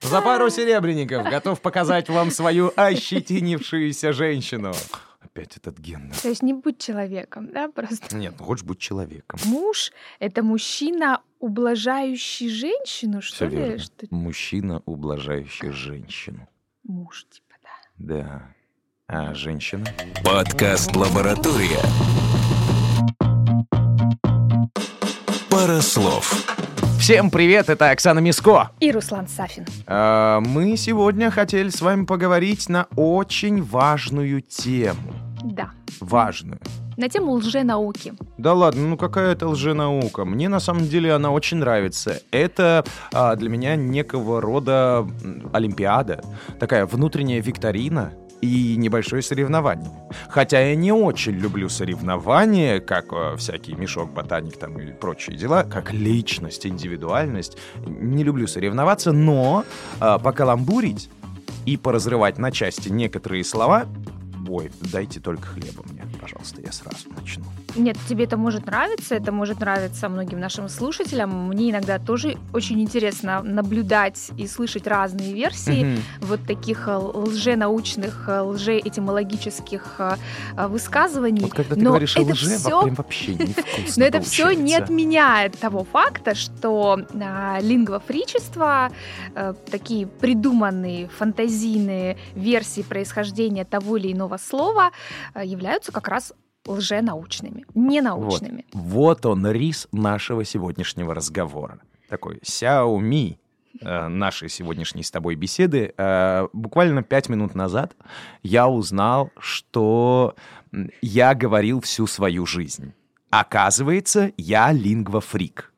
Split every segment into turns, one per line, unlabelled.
За пару серебряников готов показать вам свою ощетинившуюся женщину. Опять этот гендер.
То есть не будь человеком, да, просто?
Нет, хочешь быть человеком.
Муж — это мужчина, ублажающий женщину, что
Все
ли?
верно.
Что...
Мужчина, ублажающий женщину.
Муж, типа, да.
Да. А женщина?
Подкаст «Лаборатория». Пара слов.
Всем привет, это Оксана Миско.
И Руслан Сафин.
Мы сегодня хотели с вами поговорить на очень важную тему.
Да.
Важную.
На тему лженауки.
Да ладно, ну какая это лженаука? Мне на самом деле она очень нравится. Это для меня некого рода олимпиада, такая внутренняя викторина и небольшое соревнование. Хотя я не очень люблю соревнования, как всякий мешок, ботаник там и прочие дела, как личность, индивидуальность. Не люблю соревноваться, но покаламбурить и поразрывать на части некоторые слова... Ой, дайте только хлеба мне, пожалуйста, я сразу начну.
Нет, тебе это может нравиться многим нашим слушателям. Мне иногда тоже очень интересно наблюдать и слышать разные версии вот таких лженаучных, лжеэтимологических высказываний.
Вот когда ты говоришь о лже, прям вообще невкусно.
Но это все не отменяет того факта, что лингвофричество, такие придуманные фантазийные версии происхождения того или иного слова, являются как раз лженаучными, ненаучными.
Вот он, рис нашего сегодняшнего разговора. Такой Xiaomi нашей сегодняшней с тобой беседы. Буквально 5 минут назад я узнал, что я говорил всю свою жизнь. Оказывается, я лингвофрик.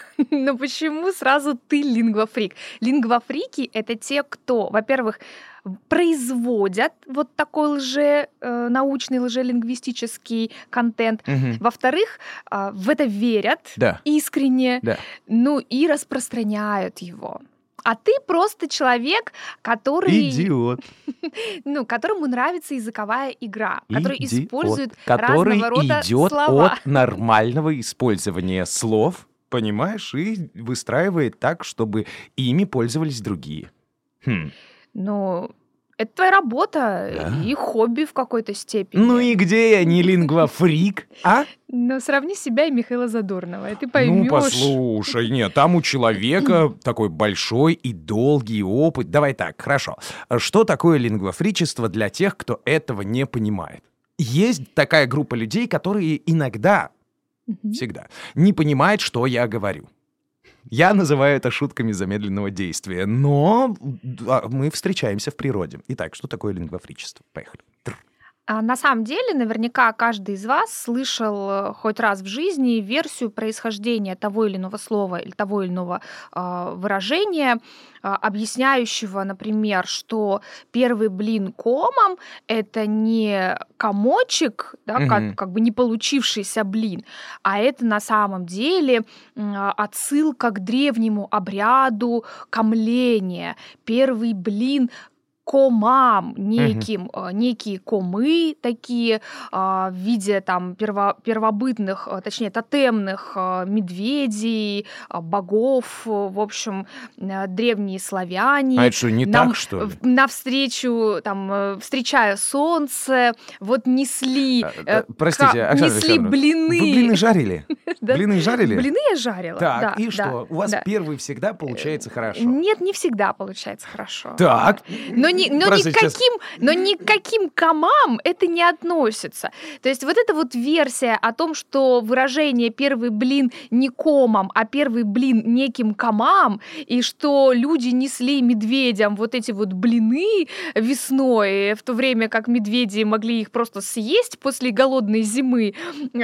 Но почему сразу ты лингвофрик? Лингвофрики — это те, кто, во-первых, производят вот такой научный лжелингвистический контент. Во-вторых, в это верят искренне, ну и распространяют его. А ты просто человек, который...
Идиот.
Ну, которому нравится языковая игра, который использует
который
разного рода
идет
слова.
от нормального использования слов, понимаешь, и выстраивает так, чтобы ими пользовались другие.
Ну, это твоя работа и хобби в какой-то степени.
Ну и где я не лингвофрик, а?
Ну, сравни себя и Михаила Задорнова, и ты поймешь.
Ну, послушай, нет, там у человека такой большой и долгий опыт. Давай так, хорошо. Что такое лингвофричество для тех, кто этого не понимает? Есть такая группа людей, которые иногда, всегда, не понимают, что я говорю. Я называю это шутками замедленного действия, но мы встречаемся в природе. Итак, что такое лингвофричество? Поехали.
На самом деле, наверняка каждый из вас слышал хоть раз в жизни версию происхождения того или иного слова или того или иного выражения, объясняющего, например, что первый блин комом — это не комочек, да, как бы не получившийся блин, а это на самом деле отсылка к древнему обряду комления. Первый блин комам некие комы такие в виде там первобытных, точнее тотемных медведей, богов, в общем, древние славяне.
А это что, не так, что ли?
Навстречу, там, встречая солнце, вот несли,
простите,
несли блины.
Вы блины жарили? Блины жарили?
Блины я жарила.
Так, и что? У вас первый всегда получается хорошо?
Нет, не всегда получается хорошо.
Так.
Но никаким комам это не относится. То есть вот эта вот версия о том, что выражение «первый блин» не комом, а первый блин неким комам, и что люди несли медведям вот эти вот блины весной, в то время как медведи могли их просто съесть после голодной зимы.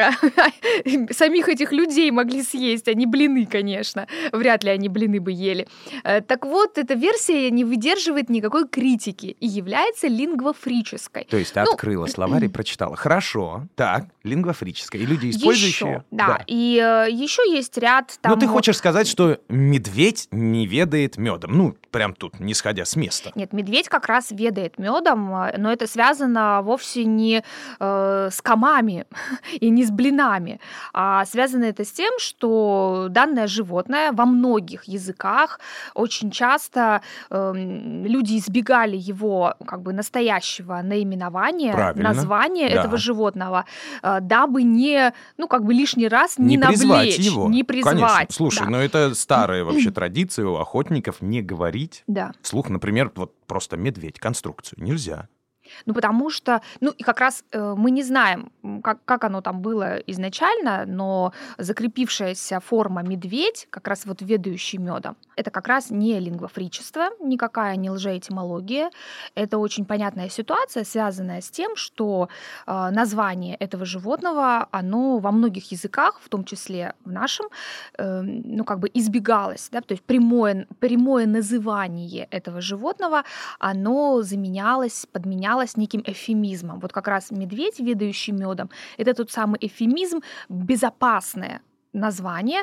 Самих этих людей могли съесть, а не блины, конечно. Вряд ли они блины бы ели. Так вот, эта версия не выдерживает никакой критики и является лингвофрической.
То есть ты открыла словарь и прочитала. Хорошо, так, лингвофрическая. И люди, использующие...
Да, и еще есть ряд там...
Ну, ты хочешь сказать, что медведь не ведает медом. Ну, прям тут, не сходя с места.
Нет, медведь как раз ведает медом, но это связано вовсе не с комами и не с блинами, а связано это с тем, что данное животное во многих языках очень часто люди избегали его как бы настоящего наименования,
Правильно.
названия
Да.
этого животного, дабы не, ну как бы лишний раз не
призвать
навлечь,
его.
не призвать.
Конечно. Слушай,
да.
ну это старая вообще традиция у охотников не говорить
Да.
вслух, например, вот просто медведь, конструкцию. Нельзя.
Ну, потому что, ну, и как раз мы не знаем, как оно там было изначально, но закрепившаяся форма медведь, как раз вот ведающий медом, это как раз не лингвофричество, никакая не лжеэтимология. Это очень понятная ситуация, связанная с тем, что название этого животного, оно во многих языках, в том числе в нашем, ну, как бы избегалось, да, то есть прямое называние этого животного, оно заменялось, подменялось неким эвфемизмом. Вот как раз медведь, ведающий медом, это тот самый эвфемизм, безопасное название,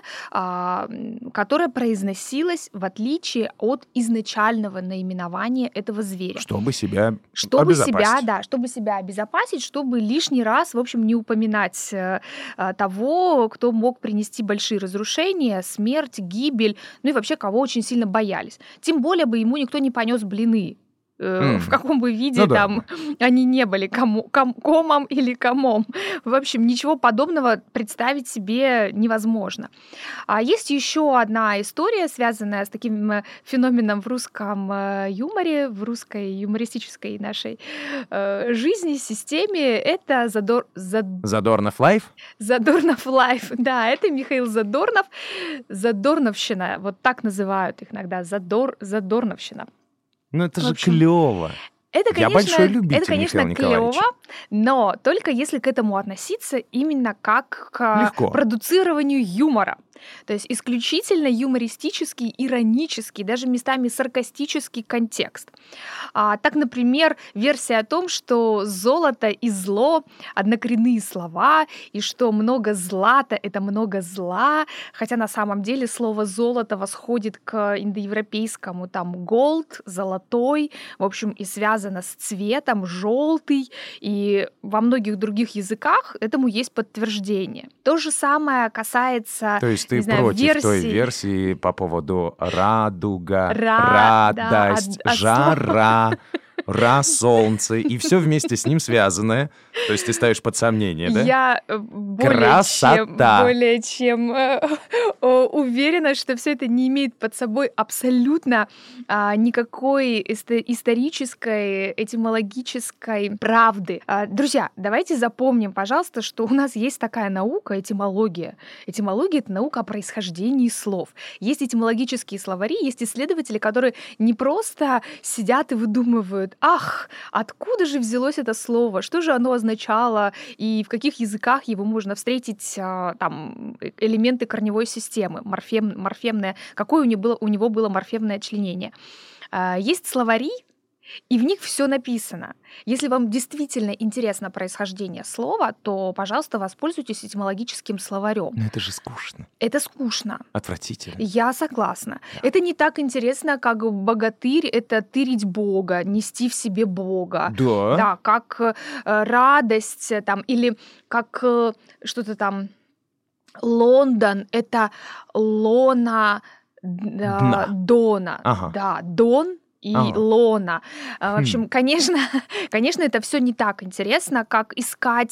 которое произносилось в отличие от изначального наименования этого зверя.
Чтобы себя
Чтобы
обезопасить.
себя обезопасить, чтобы лишний раз, в общем, не упоминать того, кто мог принести большие разрушения, смерть, гибель, ну и вообще кого очень сильно боялись. Тем более бы ему никто не понес блины. В каком бы виде
Ну да.
там они не были, комом или комом. В общем, ничего подобного представить себе невозможно. А есть еще одна история, связанная с таким феноменом в русском юморе, в русской юмористической нашей жизни, системе. Это
Задорнов лайф?
Задорнов лайф. Да, это Михаил Задорнов. Задорновщина. Вот так называют их иногда. Задорновщина.
Ну это
В
же
общем,
клево.
Это,
Я большой любитель
это, конечно,
Михаила Николаевича.
клево, но только если к этому относиться именно как к
Легко.
продуцированию юмора. То есть исключительно юмористический, иронический, даже местами саркастический контекст. Так, например, версия о том, что золото и зло — однокоренные слова, и что много злата — это много зла, хотя на самом деле слово «золото» восходит к индоевропейскому, там, gold, золотой, в общем, и связано с цветом, желтый, и во многих других языках этому есть подтверждение. То же самое касается,
То есть ты
не знаю,
против той
версий.
версии по поводу радуга,
Да,
радость,
от
жара, солнце, и все вместе с ним связанное. То есть ты ставишь под сомнение, да?
Я
Красота.
более чем уверена, что все это не имеет под собой абсолютно никакой исторической, этимологической правды. Друзья, давайте запомним, пожалуйста, что у нас есть такая наука — этимология. Этимология — это наука о происхождении слов. Есть этимологические словари, есть исследователи, которые не просто сидят и выдумывают: ах, откуда же взялось это слово, что же оно означало, и в каких языках его можно встретить, там, элементы корневой системы, морфемное, какое у него было морфемное членение. Есть словари, и в них все написано. Если вам действительно интересно происхождение слова, то, пожалуйста, воспользуйтесь этимологическим словарем.
Но это же скучно,
Это скучно.
отвратительно.
Я согласна. Это не так интересно, как богатырь — это тырить Бога, нести в себе Бога.
Да.
Да, как радость там, или как что-то там. Лондон — это лона
Дна.
Дона.
Ага.
Да, Дон и
Ага.
Лона. В общем, конечно, это все не так интересно, как искать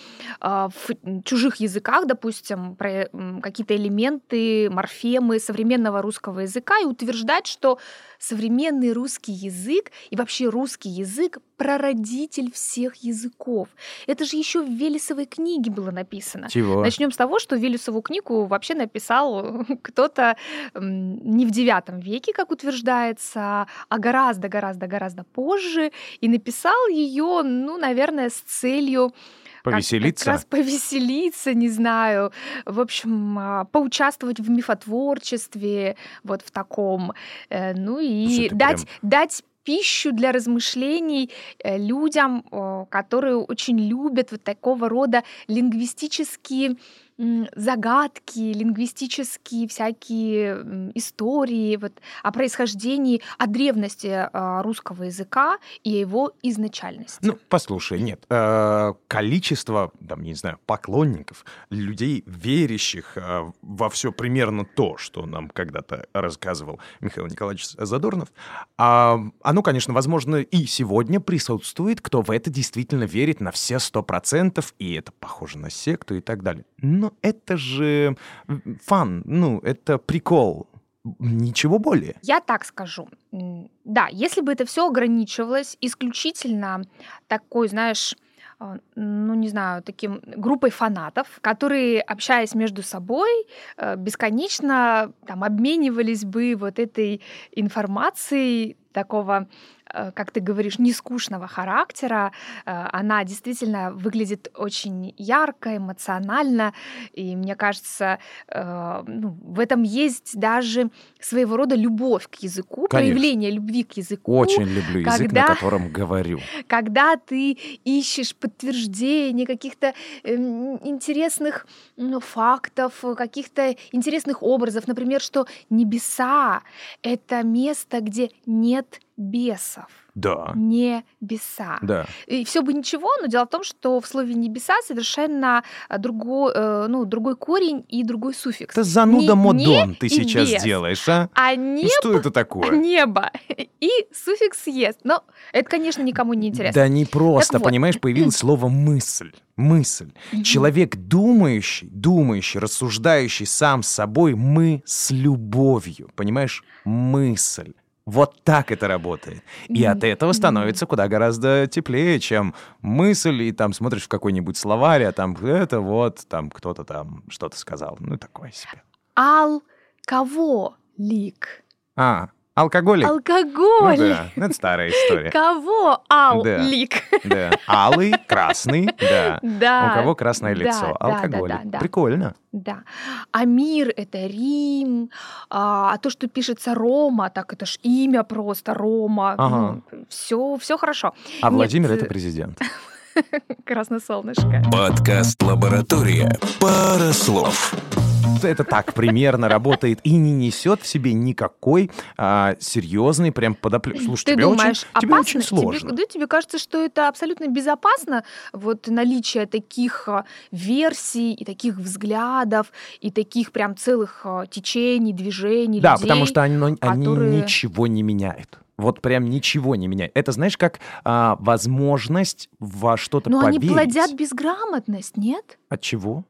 в чужих языках, допустим, какие-то элементы, морфемы современного русского языка и утверждать, что современный русский язык и вообще русский язык — прародитель всех языков. Это же еще в Велесовой книге было написано.
Чего?
Начнем с того, что Велесову книгу вообще написал кто-то не в IX веке, как утверждается, а гораздо позже, и написал ее, ну, наверное, с целью
Повеселиться?
как раз повеселиться, не знаю, в общем, поучаствовать в мифотворчестве, вот в таком, ну и
Слушай, ты
дать пищу для размышлений людям, которые очень любят вот такого рода лингвистические загадки, лингвистические всякие истории вот, о происхождении, о древности русского языка и его изначальности.
Ну, послушай, нет. Количество, там, не знаю, поклонников, людей, верящих во все примерно то, что нам когда-то рассказывал Михаил Николаевич Задорнов, оно, конечно, возможно, и сегодня присутствует, кто в это действительно верит на все 100%, и это похоже на секту и так далее. Но это же фан, это прикол. Ничего более.
Я так скажу. Да, если бы это все ограничивалось исключительно такой, знаешь, не знаю, таким группой фанатов, которые, общаясь между собой, бесконечно там обменивались бы вот этой информацией такого, как ты говоришь, нескучного характера. Она действительно выглядит очень ярко, эмоционально, и мне кажется, в этом есть даже своего рода любовь к языку,
Конечно.
проявление любви к языку.
Очень люблю язык, на котором говорю.
Когда ты ищешь подтверждение каких-то интересных фактов, каких-то интересных образов, например, что небеса — это место, где нет бесов.
Да.
Небеса.
Да.
И все бы ничего, но дело в том, что в слове небеса совершенно другой корень и другой суффикс.
Это зануда модон
не
ты
и
сейчас
без.
делаешь, а?
А
Что это такое?
небо и суффикс «есть». Но это, конечно, никому не интересно.
Да не просто,
Так вот.
понимаешь, появилось слово «мысль». Мысль. Человек думающий, рассуждающий сам с собой, мы с любовью. Понимаешь? Мысль. Вот так это работает. И от этого становится куда гораздо теплее, чем мысль, и там смотришь в какой-нибудь словарь, а там это вот, там кто-то там что-то сказал. Ну, такое себе.
Алкоголик.
Алкоголик?
Алкоголик.
Ну да, это старая история.
Кого аллик?
Да. Алый, красный, да.
Да.
У кого красное
Да,
лицо?
да,
Алкоголик.
да.
Прикольно.
Да. А мир — это Рим, а то, что пишется Рома, так это ж имя просто Рома.
Ага.
Все хорошо.
А
Нет,
Владимир — это президент.
Красносолнышко.
Подкаст «Лаборатория». Пара слов.
Это так примерно работает и не несет в себе никакой серьезной прям подоплеки. Слушай,
Ты
тебе
думаешь,
тебе
опасно?
очень сложно.
Тебе кажется, что это абсолютно безопасно, вот наличие таких версий и таких взглядов, и таких прям целых течений, движений
Да,
людей,
потому что они
которые-
ничего не меняют. Вот прям ничего не меняют. Это, знаешь, как возможность во что-то
Но они
поверить.
плодят безграмотность, нет?
От чего?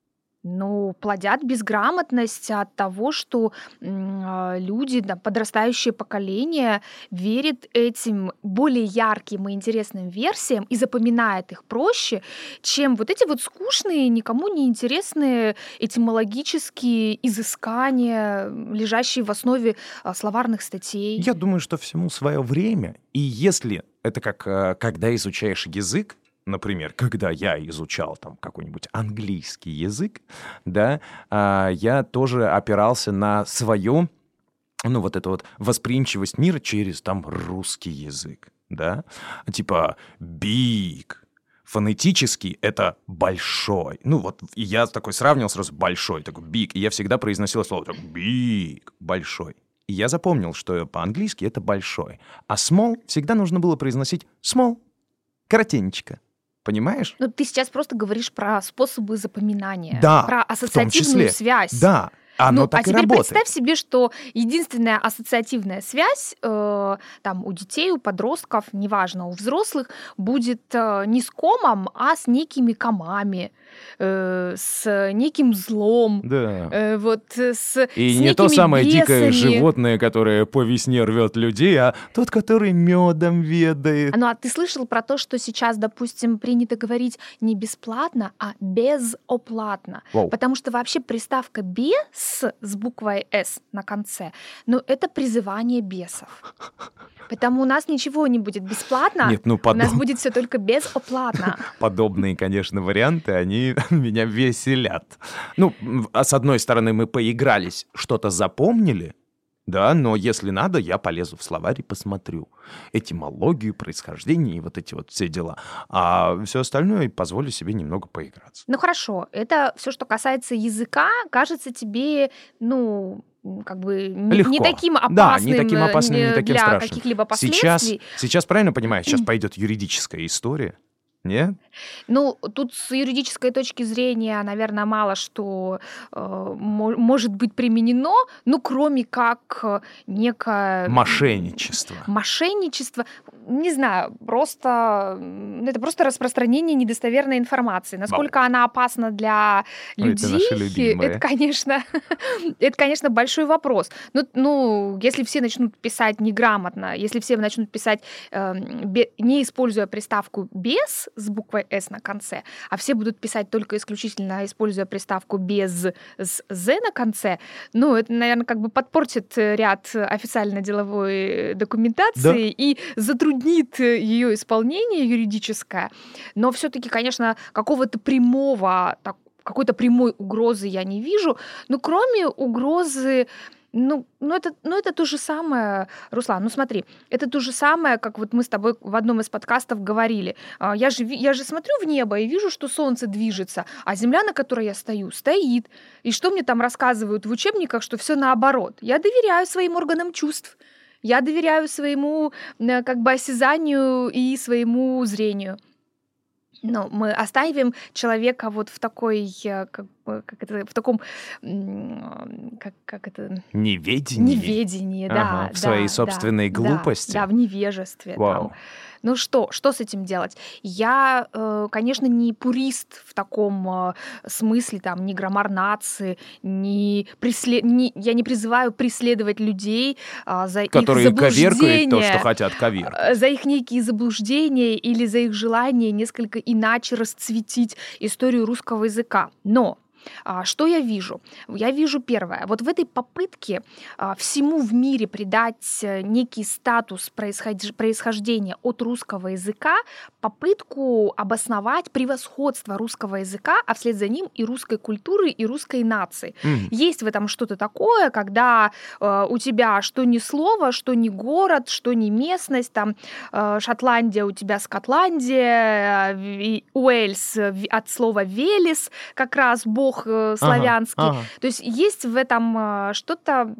Плодят безграмотность от того, что люди, да, подрастающее поколение верит этим более ярким и интересным версиям и запоминает их проще, чем вот эти вот скучные, никому не интересные этимологические изыскания, лежащие в основе словарных статей.
Я думаю, что всему свое время. И если это как когда изучаешь язык, например, когда я изучал там какой-нибудь английский язык, да, я тоже опирался на свою, вот эту вот восприимчивость мира через там русский язык, да, типа big. Фонетически это большой. И я такой сравнивал сразу большой, такой big, и я всегда произносил слово так big, большой. И я запомнил, что по-английски это большой, а small всегда нужно было произносить small, коротенечко. Понимаешь?
Ты сейчас просто говоришь про способы запоминания,
Да,
про
в том
ассоциативную
числе.
связь.
Да, оно так и
теперь
работает.
представь себе, что единственная ассоциативная связь там у детей, у подростков, неважно, у взрослых, будет не с комом, а с некими комами, с неким злом,
Да.
с
И не
некими
то самое дикое
бесами.
животное, которое по весне рвет людей, а тот, который медом ведает.
А ты слышал про то, что сейчас, допустим, принято говорить не бесплатно, а безоплатно?
Вау.
Потому что вообще приставка «бес» с буквой «с» на конце, это призывание бесов. Потому у нас ничего не будет бесплатно,
Нет,
у нас будет все только безоплатно.
Подобные, конечно, варианты, они меня веселят. С одной стороны, мы поигрались, что-то запомнили, Да, но если надо, я полезу в словарь и посмотрю этимологию, происхождение и вот эти вот все дела. А все остальное позволю себе немного поиграться.
Ну хорошо, это все, что касается языка, кажется тебе, как бы не
Легко.
таким
Да, не
опасным
таким опасным, не таким
для
страшным.
каких-либо
Сейчас,
последствий.
сейчас правильно понимаю, сейчас пойдет юридическая история, нет?
Ну, тут с юридической точки зрения, наверное, мало что может быть применено, кроме как некое
Мошенничество.
мошенничество. Не знаю, это просто распространение недостоверной информации. Насколько она опасна для
Ой, это
людей,
наши любимые.
это, конечно, большой вопрос. Если все начнут писать неграмотно, если все начнут писать, не используя приставку «без» с буквой «с» на конце, а все будут писать только исключительно используя приставку «без» с «з» на конце, это, наверное, как бы подпортит ряд официально-деловой документации и затруднит ее исполнение юридическое. Но все-таки, конечно, какой-то прямой угрозы я не вижу. Кроме угрозы, это то же самое, Руслан, смотри, это то же самое, как вот мы с тобой в одном из подкастов говорили. Я же смотрю в небо и вижу, что солнце движется, а земля, на которой я стою, стоит. И что мне там рассказывают в учебниках, что все наоборот. Я доверяю своим органам чувств. Я доверяю своему как бы осязанию и своему зрению. Но мы оставим человека вот в такой, в таком, как это... Неведении, да.
В своей собственной глупости.
Да, в невежестве.
Вау.
Что с этим делать? Я, конечно, не пурист в таком смысле, не граммар нации, я не призываю преследовать людей за их заблуждения.
Которые коверкают то, что хотят коверкать.
За их некие заблуждения или за их желание несколько иначе расцветить историю русского языка. Но что я вижу? Я вижу первое. Вот в этой попытке всему в мире придать некий статус происхождения от русского языка, попытку обосновать превосходство русского языка, а вслед за ним и русской культуры, и русской нации. Есть в этом что-то такое, когда у тебя что ни слово, что ни город, что ни местность, Шотландия у тебя Скотландия, Уэльс от слова «велес», как раз бог славянский. То есть есть в этом что-то,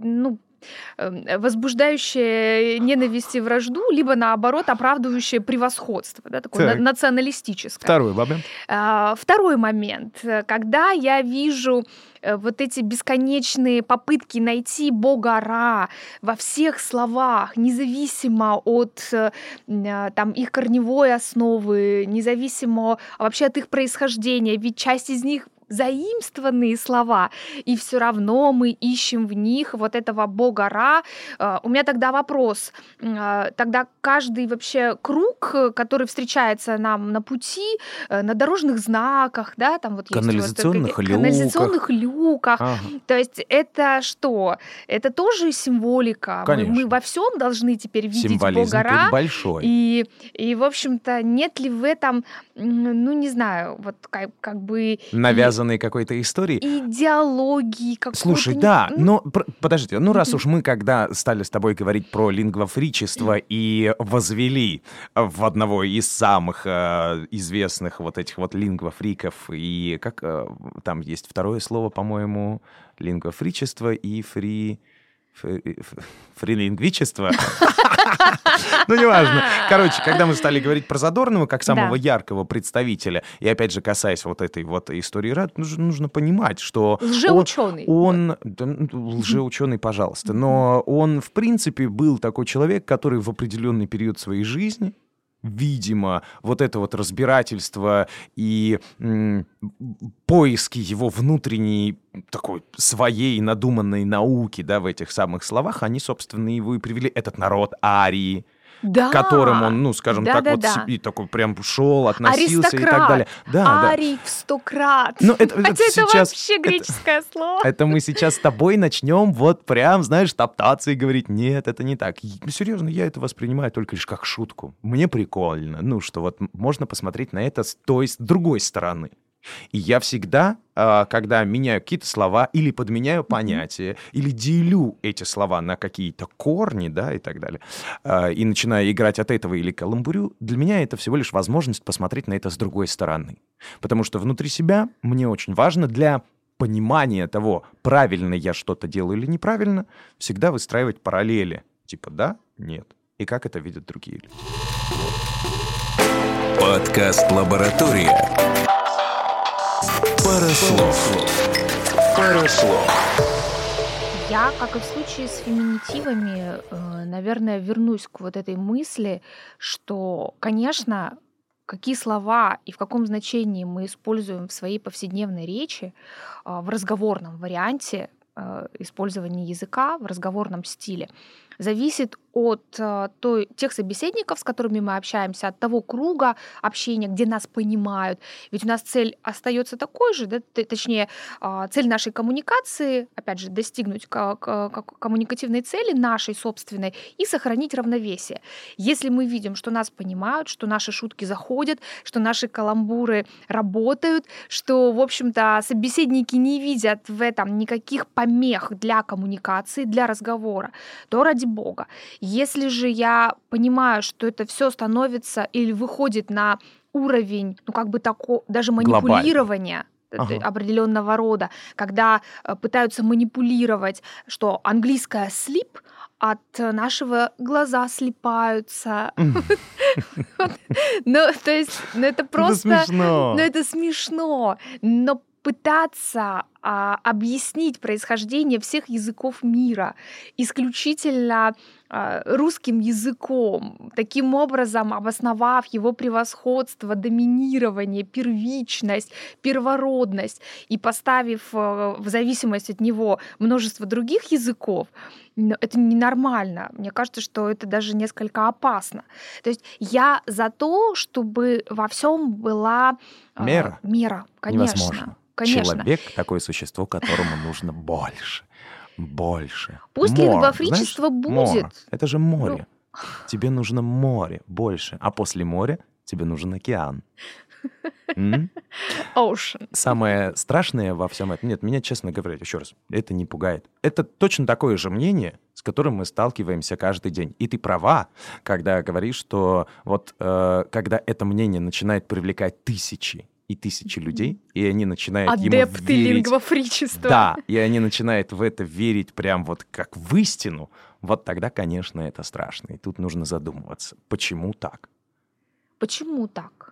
возбуждающее ненависть и вражду, либо, наоборот, оправдывающее превосходство, такое националистическое. Второй момент. Когда я вижу вот эти бесконечные попытки найти бога Ра во всех словах, независимо от их корневой основы, независимо вообще от их происхождения, ведь часть из них заимствованные слова, и все равно мы ищем в них вот этого бога Ра. У меня тогда вопрос. Тогда каждый вообще круг, который встречается нам на пути, на дорожных знаках, канализационных люках. То есть это что? Это тоже символика. Мы во всем должны теперь видеть бога Ра.
Большой.
И, в общем-то, нет ли в этом, не знаю, вот как бы...
навязанной какой-то истории.
Идеологии какой-то.
Слушай, да, но подождите, раз уж мы когда стали с тобой говорить про лингвофричество и возвели в одного из самых известных вот этих вот лингвофриков, и как там есть второе слово, по-моему, лингвофричество и фрилингвичество. Неважно. Короче, когда мы стали говорить про Задорнова как самого яркого представителя, и опять же касаясь вот этой вот истории Ра, нужно понимать, что
лжеученый.
Лжеученый, пожалуйста, но он, в принципе, был такой человек, который в определенный период своей жизни, видимо, вот это вот разбирательство и поиски его внутренней такой своей надуманной науки, в этих самых словах, они, собственно, его и привели. Этот народ арии, к которым он, и такой прям шел, относился и так далее.
Арий в 100 крат.
Это
сейчас, вообще греческое слово.
Это мы сейчас с тобой начнем вот прям, топтаться и говорить, нет, это не так. Серьезно, я это воспринимаю только лишь как шутку. Мне прикольно, что вот можно посмотреть на это с другой стороны. И я всегда, когда меняю какие-то слова или подменяю понятия, или делю эти слова на какие-то корни, да, и так далее, и начинаю играть от этого или каламбурю, для меня это всего лишь возможность посмотреть на это с другой стороны. Потому что внутри себя мне очень важно для понимания того, правильно я что-то делаю или неправильно, всегда выстраивать параллели. Типа да, нет. И как это видят другие люди.
Подкаст «Лаборатория». Парослов.
Я, как и в случае с феминитивами, наверное, вернусь к вот этой мысли, что, конечно, какие слова и в каком значении мы используем в своей повседневной речи, в разговорном варианте использования языка, в разговорном стиле, зависит от тех собеседников, с которыми мы общаемся, от того круга общения, где нас понимают. Ведь у нас цель остается такой же, да? Точнее, цель нашей коммуникации, опять же, достигнуть коммуникативной цели нашей собственной и сохранить равновесие. Если мы видим, что нас понимают, что наши шутки заходят, что наши каламбуры работают, что, в общем-то, собеседники не видят в этом никаких помех для коммуникации, для разговора, то ради бога. Если же я понимаю, что это все становится или выходит на уровень, даже манипулирования определенного рода, когда пытаются манипулировать, что английское sleep, от нашего глаза слипаются. Ну, то есть, это просто... Ну, это смешно. Но пытаться объяснить происхождение всех языков мира исключительно русским языком, таким образом обосновав его превосходство, доминирование, первичность, первородность и поставив в зависимость от него множество других языков, это ненормально. Мне кажется, что это даже несколько опасно. То есть я за то, чтобы во всем была
мера.
Конечно.
Невозможно.
Конечно.
Человек — такое существо, которому нужно больше.
Пусть лингвофричество будет.
More. Это же море. Тебе нужно море больше. А после моря тебе нужен океан.
Ocean.
Самое страшное во всем этом... Нет, меня, честно говоря, еще раз, это не пугает. Это точно такое же мнение, с которым мы сталкиваемся каждый день. И ты права, когда говоришь, что вот когда это мнение начинает привлекать тысячи и тысячи людей, и они начинают ему верить.
Адепты лингвофричества.
Да, и они начинают в это верить прям вот как в истину. Вот тогда, конечно, это страшно. И тут нужно задумываться, почему так?
Почему так?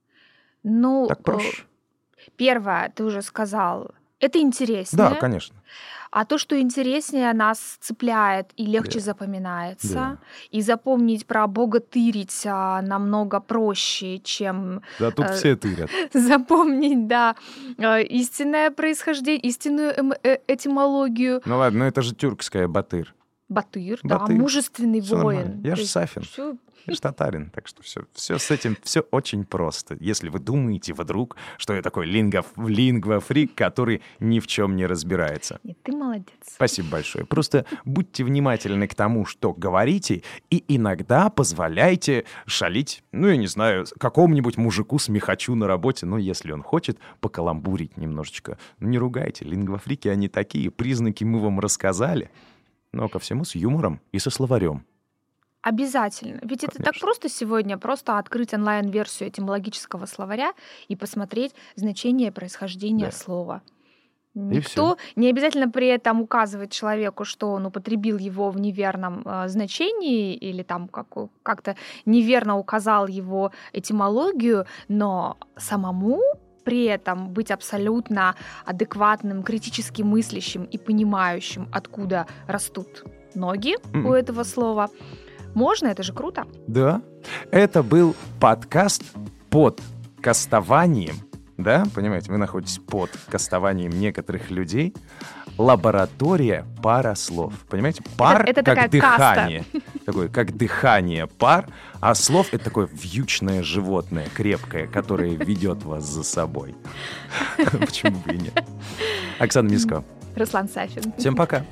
Ну,
так проще.
Первое, ты уже сказал, это интереснее.
Да, конечно.
А то, что интереснее, нас цепляет и легче запоминается.
Да.
И запомнить про Бога тырить намного проще, чем...
Да, тут все тырят.
Запомнить, да, истинное происхождение, истинную этимологию.
Ну ладно, это же тюркская батыр.
Батыр, да, мужественный
всё
воин.
Нормально. Я же сафин. Я же татарин, так что все с этим, все очень просто. Если вы думаете вдруг, что я такой лингвофрик, который ни в чем не разбирается.
Нет, ты молодец.
Спасибо большое. Просто будьте внимательны к тому, что говорите, и иногда позволяйте шалить, ну, я не знаю, какому-нибудь мужику-смехачу на работе, ну, если он хочет покаламбурить немножечко. Ну, не ругайте, лингвофрики, они такие, признаки мы вам рассказали, но ко всему с юмором и со словарем.
Обязательно. Ведь это так просто сегодня, просто открыть онлайн-версию этимологического словаря и посмотреть значение происхождения слова. Никто не обязательно при этом указывает человеку, что он употребил его в неверном значении или там как-то неверно указал его этимологию, но самому при этом быть абсолютно адекватным, критически мыслящим и понимающим, откуда растут ноги у этого слова. Можно, это же круто.
Да. Это был подкаст под кастованием, да, понимаете, вы находитесь под кастованием некоторых людей. Лаборатория парослов. Понимаете, пар
это
как дыхание.
Каста.
Такое, как дыхание, пар, а слов — это такое вьючное животное, крепкое, которое ведет вас за собой. Почему бы и нет? Оксана Мискова.
Руслан Сафин.
Всем пока.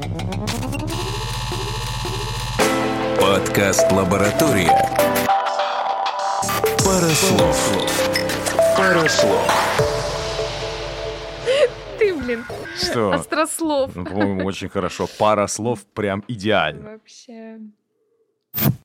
Подкаст «Лаборатория». Парослов.
Блин,
Что?
острослов.
Ну, по-моему, очень хорошо. Пара слов прям идеально.
Вообще.